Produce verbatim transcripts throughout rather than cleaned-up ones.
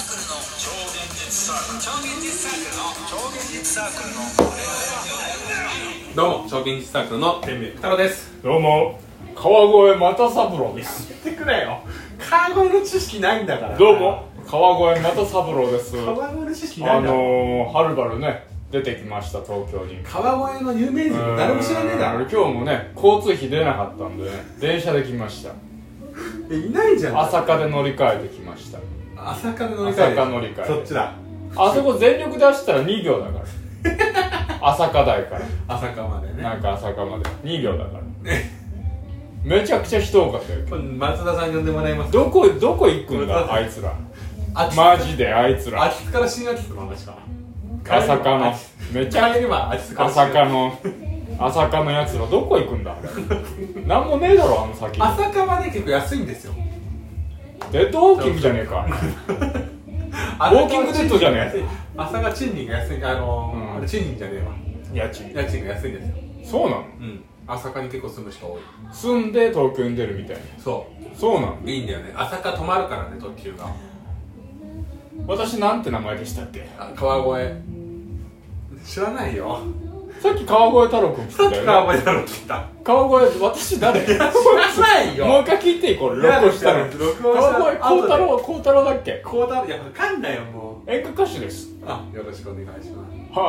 ークルの超現実サークル超現実サークルの超現実サークルのどうも超現実サークルの天命太郎です。 どうも川越又三郎です。 言ってくれよ、川越の知識ないんだから。 どうも川越又三郎です。 川越の知識ないんだあのー、はるばるね出てきました東京に。 川越の有名人誰も知らねえだろ。 今日もね交通費出なかったんでね電車で来ました。 えいないじゃん。 朝霞で乗り換えてきました。 朝霞で乗り換え。 朝霞乗り換え。 そっちだ。 あそこ全力出したらにびょうだから朝霞台から朝霞までね。 なんか朝霞までにびょうだからめちゃくちゃ人多かったよ。 松田さん呼んでもらいます。 どこどこ行くんだあいつら。マジであいつら。 秋津から新秋津の話かな。 朝霞のめちゃ帰りは秋津から朝霞の朝霞のやつらどこ行くんだなんもねえだろあの先。 朝霞はね結構安いんですよ。 デッドウォーキングじゃねえかウォーキングデッドじゃねえ。 朝霞賃金が安い。あのーうん、 あれ賃金じゃねえわ。 家賃家賃が安いんですよ。 そうなの。 うん朝霞に結構住む人多い。 住んで東京に出るみたいな。 そうそうなの。 いいんだよね。朝霞泊まるからね特急が。 私なんて名前でしたっけ。 あ川越知らないよ。 さっき川越太郎くん来さたよね。 っき川越太郎来た。 川越私誰知らないよ。 もう一回聞いていいこれ録音したの。 録音した川越幸太郎は幸太郎だっけ。 幸太郎いやわかんないよもう。 演歌歌手です。 あよろしくお願いします。 は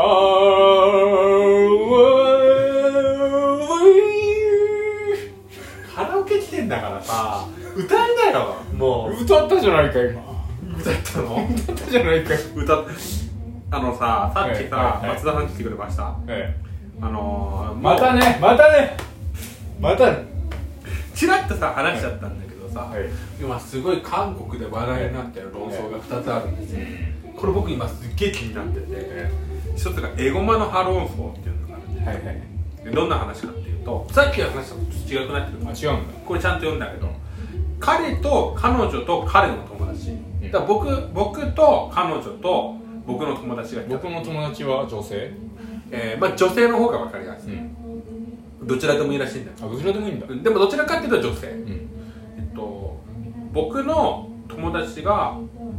カラオケ来てんだからさ歌いなよもう。 歌ったじゃないか今。 歌ったの？ 歌ったじゃないか。 歌っあのささっきさ、 はいはいはい、 松田さん来てくれました。 ええ、 あのー、 またねまたねまたねチラッとさ話しちゃったんだけどさ、 はい、 今すごい韓国で話題になってる論争がふたつあるんですよ、はい、これ僕今すっげえ気になってて、ひとつがエゴマの葉論争っていうのがあるんです、はいはい、でどんな話かっていうとさっきの話と違くなってる。 あ違うんだ。 これちゃんと読んだけど、彼と彼女と彼の友達、うん、だから 僕, 僕と彼女と僕の友達がいた。 僕の友達は女性、 えーまあ、女性の方が分かりやすい、うん、どちらでもいいらしいんだよ。 あどちらでもいいんだ。 でもどちらかっていうと女性、うん、えっと僕の友達が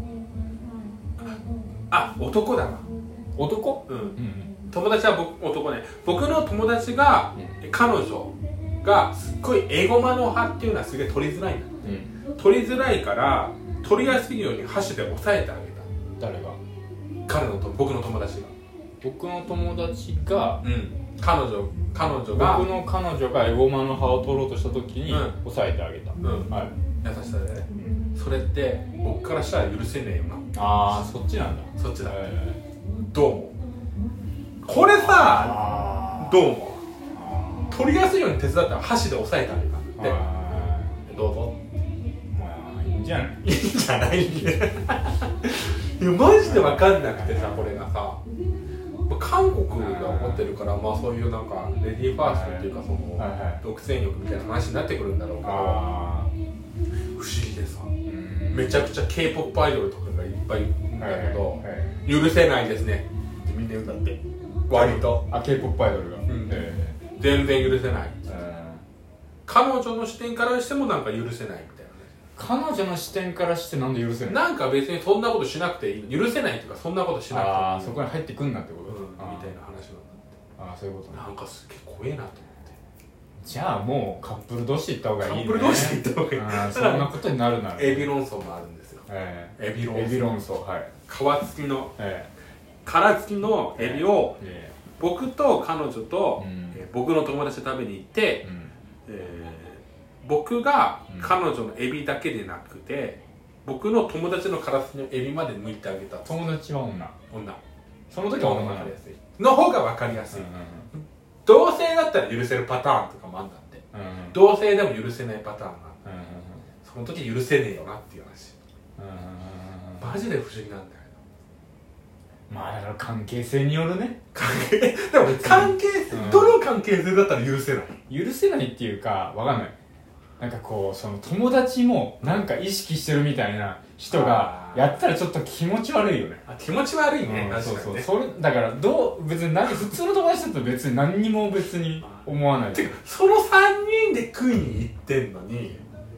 あ男だわ。 男、 うんうん、友達は僕男ね。僕の友達が、うん、彼女がすっごいエゴマの葉っていうのはすげえ取りづらいんだ、うん、取りづらいから取りやすいように箸で押さえてあげた。誰が？彼のと僕の友達が。 僕の友達が、 うん、彼女彼女が僕の彼女がエゴマの葉を取ろうとした時に、うん、押さえてあげた、 うんはい、優しさでね、うん、それって僕からしたら許せねえよな。 ああそっちなんだ。 そっちだ、えー、どうもこれさどうも取りやすいように手伝ったら箸で押さえてあげたんだってどうぞ。 まあいいんじゃないいいんじゃないんでいやマジで分かんなくてさこれがさ韓国が思ってるから、まあそういうなんかレディーファーストっていうかその、はいはい、独占欲みたいな話になってくるんだろうけど、不思議でさめちゃくちゃ K-ポップ アイドルとかがいっぱいいるんだけど、はいはいはい、許せないですねってみんな言うんだって割と。 あ K-ポップ アイドルが、うんえー、全然許せない、えー、彼女の視点からしてもなんか許せないみたいな。 彼女の視点からしてなんで許せない。 なんか別にそんなことしなくていい。許せないっていうかそんなことしなくていい。 ああそこに入ってくんなってこと、うん、 みたいな話なんだって。 ああそういうことね。 なんかすげえ怖えなと思って。 じゃあもうカップル同士で行った方がいいね。 カップル同士で行った方がいい。 あそんなことになるならエビ論争もあるんですよ、 えー、 エビ論争。 エビ論争はい皮付きの、 えー、殻付きのエビを、えー、僕と彼女と、 うんえー、僕の友達と食べに行って、うんえー僕が彼女のエビだけでなくて、うん、僕の友達のカラスのエビまで剥いてあげた。 友達は女女その時は女の方が分かりやすいの方が分かりやすい、うんうんうん、同性だったら許せるパターンとかもあるんだって、うんうん、同性でも許せないパターンがあって、うんうんうん、その時許せねえよなっていう話、うんうんうん、マジで不思議なんだよ。 まあだから関係性によるね。 関係でも関係性、うん、どの関係性だったら許せない？ 許せないっていうかわかんない。なんかこうその友達もなんか意識してるみたいな人がやったらちょっと気持ち悪いよね。 あ気持ち悪いね、うん、確かにね。 そうそうそれだからどう別に何普通の友達だと別に何にも別に思わない。 てかそのさんにんで食いに行ってんのに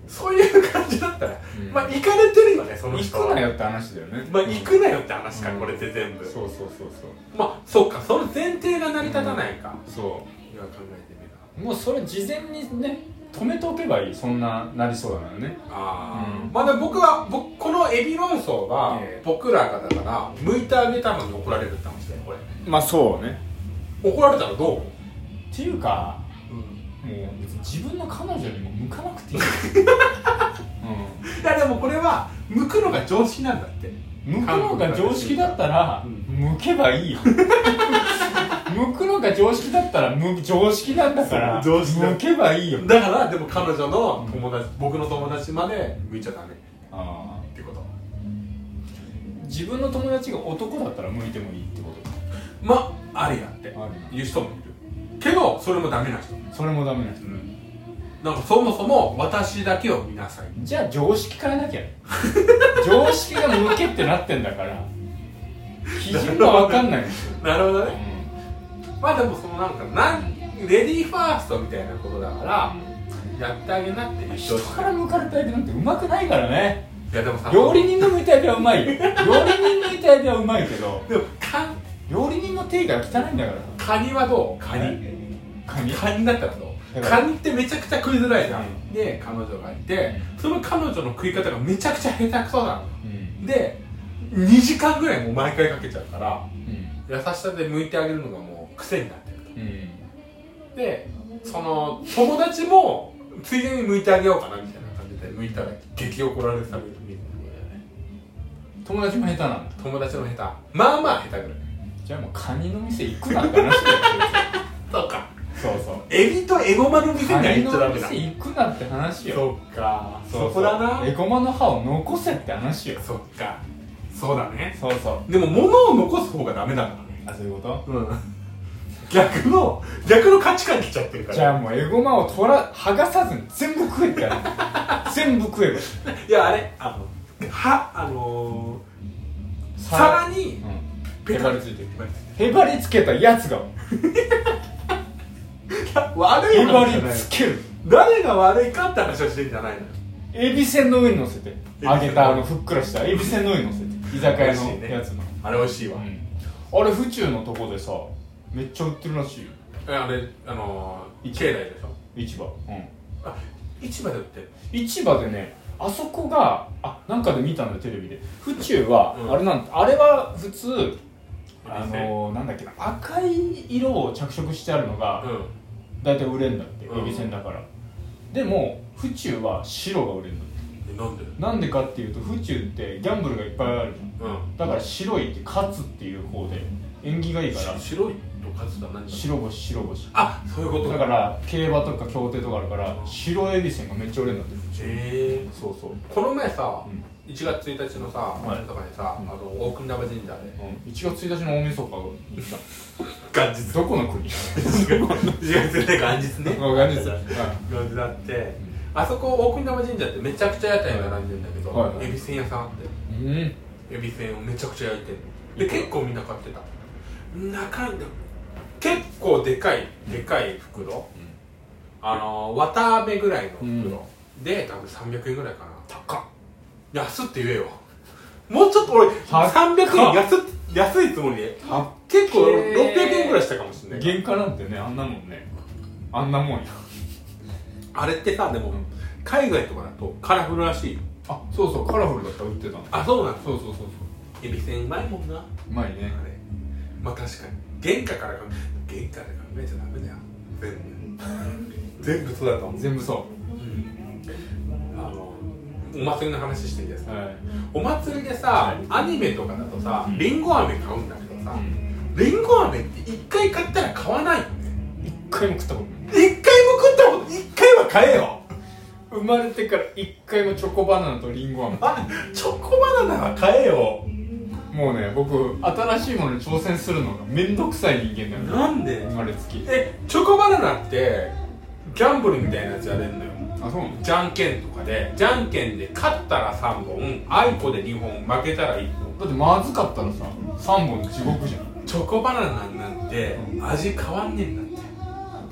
そういう感じだったら、うん、まあ行かれてるよねその人は。 行くなよって話だよね。 まあ行くなよって話か、うん、これで全部。 そうそうそうそう。 まあそっか、その前提が成り立たないか、 うん、そう今考えてみる。もうそれ事前にね止めておけばいい。そんななりそうだからね。 ああ、うん、まあで僕は僕このエビ論争が僕らがだから剥いてあげたのに怒られるって話だよこれ。 まあそうね。 怒られたらどうっていうか、うん、もう別に自分の彼女にも向かなくていい、うん、いやでもこれは向くのが常識なんだって。 向くのが常識だったら、うん、向けばいいよ向くのが常識だったら向常識なんだから向けばいいよ。 だからでも彼女の友達、うん、僕の友達まで向いちゃダメあってこと。 自分の友達が男だったら向いてもいいってこと。 まあありやって言う人もいるけど、それもダメな人。 それもダメな人、うん、 なんかそもそも私だけを見なさい。 じゃあ常識変えなきゃ常識が向けってなってんだから基準が分かんないんですよ。 なるほどね、うん、まあでもそのなんかなんレディーファーストみたいなことだから、うん、やってあげなっていう人から向かれたエビなんてうまくないからね。 いやでもさ、 料理人の向いたエビはうまいよ料理人の向いたエビはうまいけどでもか料理人の定義が汚いんだから。 カニはどう？カニカニカニだったらどう？カニってめちゃくちゃ食いづらいじゃん、うん、で彼女がいて、その彼女の食い方がめちゃくちゃ下手くそなの、うん、でにじかんぐらいもう毎回かけちゃうから、うん、優しさで剥いてあげるのがもう癖になってると、うん、でその友達もついでに剥いてあげようかなみたいな感じで剥いたら激怒られてたみたいな。 友達も下手なんだ。 友達も下手、まあまあ下手ぐらい。 じゃあもうカニの店行くなって話だよそうか、 そうそう、 エビとエゴマの店には行っちゃダメだ。 カニの店行くなって話よ。 そっか、そうそう、そこだな。 エゴマの歯を残せって話よ。 そっか、そうだね。そうそう。でも物を残す方がダメだからね。 あ、そういうこと？ うん逆の逆の価値観来ちゃってるから。 じゃあもうエゴマを取ら剥がさずに全部食えってやる全部食えばいやあれあのはあのー、皿に、 うん、へばりついてる。へばりつけたやつが悪い話じゃない。 へばりつける。 誰が悪いかって話をしてるんじゃないの。 エビせんの上に乗せて揚げたあのふっくらしたエビせんの上に乗せて居酒屋のやつの、ね、 あれ美味しいわ、うん、 あれ府中のとこでさめっちゃ売ってるらしいよ。 あれあのー、境内でしょ。 市場、うん、 あ市場で売ってる。 市場でね、あそこがあなんかで見たんだよテレビで。府中は、うん、あれなんあれは普通あのー、なんだっけな赤い色を着色してあるのが、うん、だいたい売れるんだって、うん、エビせんだから。でも府中は白が売れるんだって。 なんで？ なんでかっていうと府中ってギャンブルがいっぱいあるじゃん、うん、だから白いって勝つっていう方で縁起がいいから。 白いと勝つとは何だ？白星白星。 あ、そういうことだから競馬とか競艇とかあるから白エビせんがめっちゃ売れるんだって。 へえ。そうそう。この前さ、うん、いちがつついたちのさ、あれとかにさ、うん、あの大国生神社で、 うん、いちがつついたちの大晦日に行った。 元日。 どこの国？いちがつついたちで元日ね。 元日。 元日だって。あそこ大国生神社ってめちゃくちゃ屋台が並んでるんだけど、はいはい、エビせん屋さんあって、うん、エビせんをめちゃくちゃ焼いてる。で結構みんな買ってた。中で結構でかいでかい袋、うん、あの綿あめぐらいの袋、うん、で多分さんびゃくえんぐらいかな。高っ。安って言えよ。もうちょっと俺さんびゃくえん安安いつもりで結構ろっぴゃくえんぐらいしたかもしれない。 原価なんてねあんなもんねあんなもんや。 あれってさでも、うん、海外とかだとカラフルらしいよ。 あ、そうそうカラフルだったら売ってたの。 あ、そうなんだ。 そうそうそうそう。 エビせんうまいもんな。うまいねあれ。まあ確かに原価から考え原価で考えちゃダメだよ。全部全部そうだと思う。 全部そう。 うん、あのお祭りの話していいですか、はい、お祭りでさ、はい、アニメとかだとさりんご飴買うんだけどさりんご飴って一回買ったら買わないよね。 一回も食ったことない。 一回も食ったこと一回は買えよ。 生まれてから一回もチョコバナナとリンゴ飴。 あ、チョコバナナは買えよ。 もうね、僕新しいものに挑戦するのがめんどくさい人間だよ。 なんで？ 生まれつき。 え、チョコバナナってギャンブルみたいなやつやれるのよ。 あ、そうなの？ じゃんけんとかで、じゃんけんで勝ったらさんぼん、あいこでにほん、負けたらいっぽん。 だってまずかったらさ、さんぼん地獄じゃん。 チョコバナナなんて味変わんねえんだって。 だってチ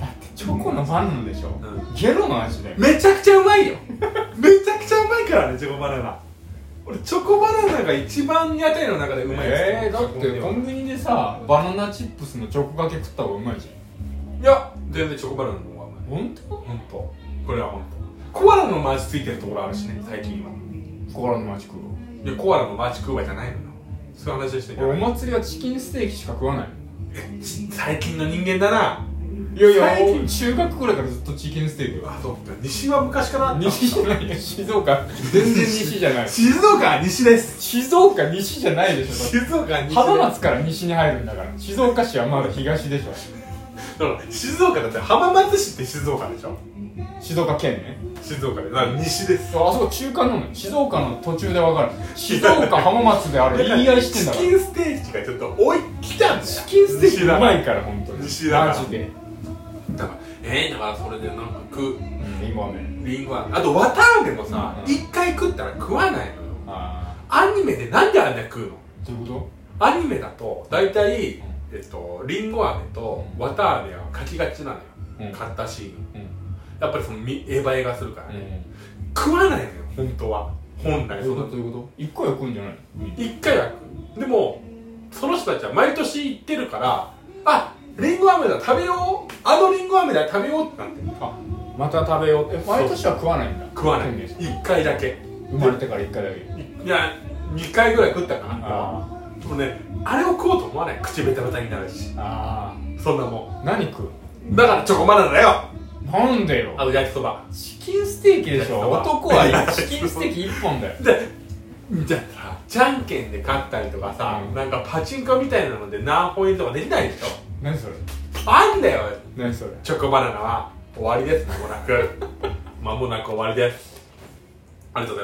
チョコのバナナでしょ、うん、ゲロの味でめちゃくちゃうまいよめちゃくちゃうまいからねチョコバナナ。俺チョコバナナが一番屋台の中でうまいやつ。 えー、だってコンビニでさバナナチップスのチョコかけ食った方がうまいじゃん。 いや全然チョコバナナの方がうまい。 本当？ 本当。これは本当。コアラのマーチついてるところあるしね最近は。 コアラのマーチ食う。 いやコアラのマーチ食うわじゃないのよ。そういう話してる。 お祭りはチキンステーキしか食わない。 え最近の人間だな。 いやいや中学ぐらいからずっとチキンステーキ。 あそうか。西は昔からあった。 西じゃないよ静岡。全然西じゃない。 静岡は西です。 静岡西じゃないでしょ。 静岡は西。 浜松から西に入るんだから。静岡市はまだ東でしょ。 だから静岡だって浜松市って静岡でしょ。 静岡県ね。 静岡でだから西です。 あそこ中間なの。静岡の途中で分かる。静岡浜松であれ言い合いしてんだから。 チキンステーキがちょっと追いきたんだよ。 チキンステーキうまいから本当に。 西だからマジで。 だからえー、だからそれでなんか食う、うん、 リンゴ飴リンゴ飴あと綿飴もさ一、うん、回食ったら食わないのよ。あアニメでなんであんな食うの。 どういうこと？ アニメだと大体、うんえっと、リンゴ飴と綿飴は書きがちなのよ、うん、買ったシーン、うん、やっぱりそのエヴァエがするからね、うん、食わないのよ本当は。本来そういうこと一回は食うんじゃないの。 一回は食う。でもその人たちは毎年行ってるからあリンゴ飴だ食べようあのリンゴ飴だ食べようってなってる。あまた食べようって毎年は食わないんだ。 食わない。いっかいだけ生まれてからいっかいだけ。 いやにかいぐらい食ったかな。あでもねあれを食おうと思わない。口ベタベタになるし。あそんなもん。 何食う。 だからチョコバナナだよ。 なんでよ。 あの焼きそばチキンステーキでしょ。男はチキンステーキいっぽんだよ。 でじゃあじゃんけんで勝ったりとかさ、うん、なんかパチンコみたいなので何ポイントかできないでしょ。 何それ。 あんだよ。 何それ。 チョコバナナは終わりです。間もなく間もなく終わりです。ありがとうございます。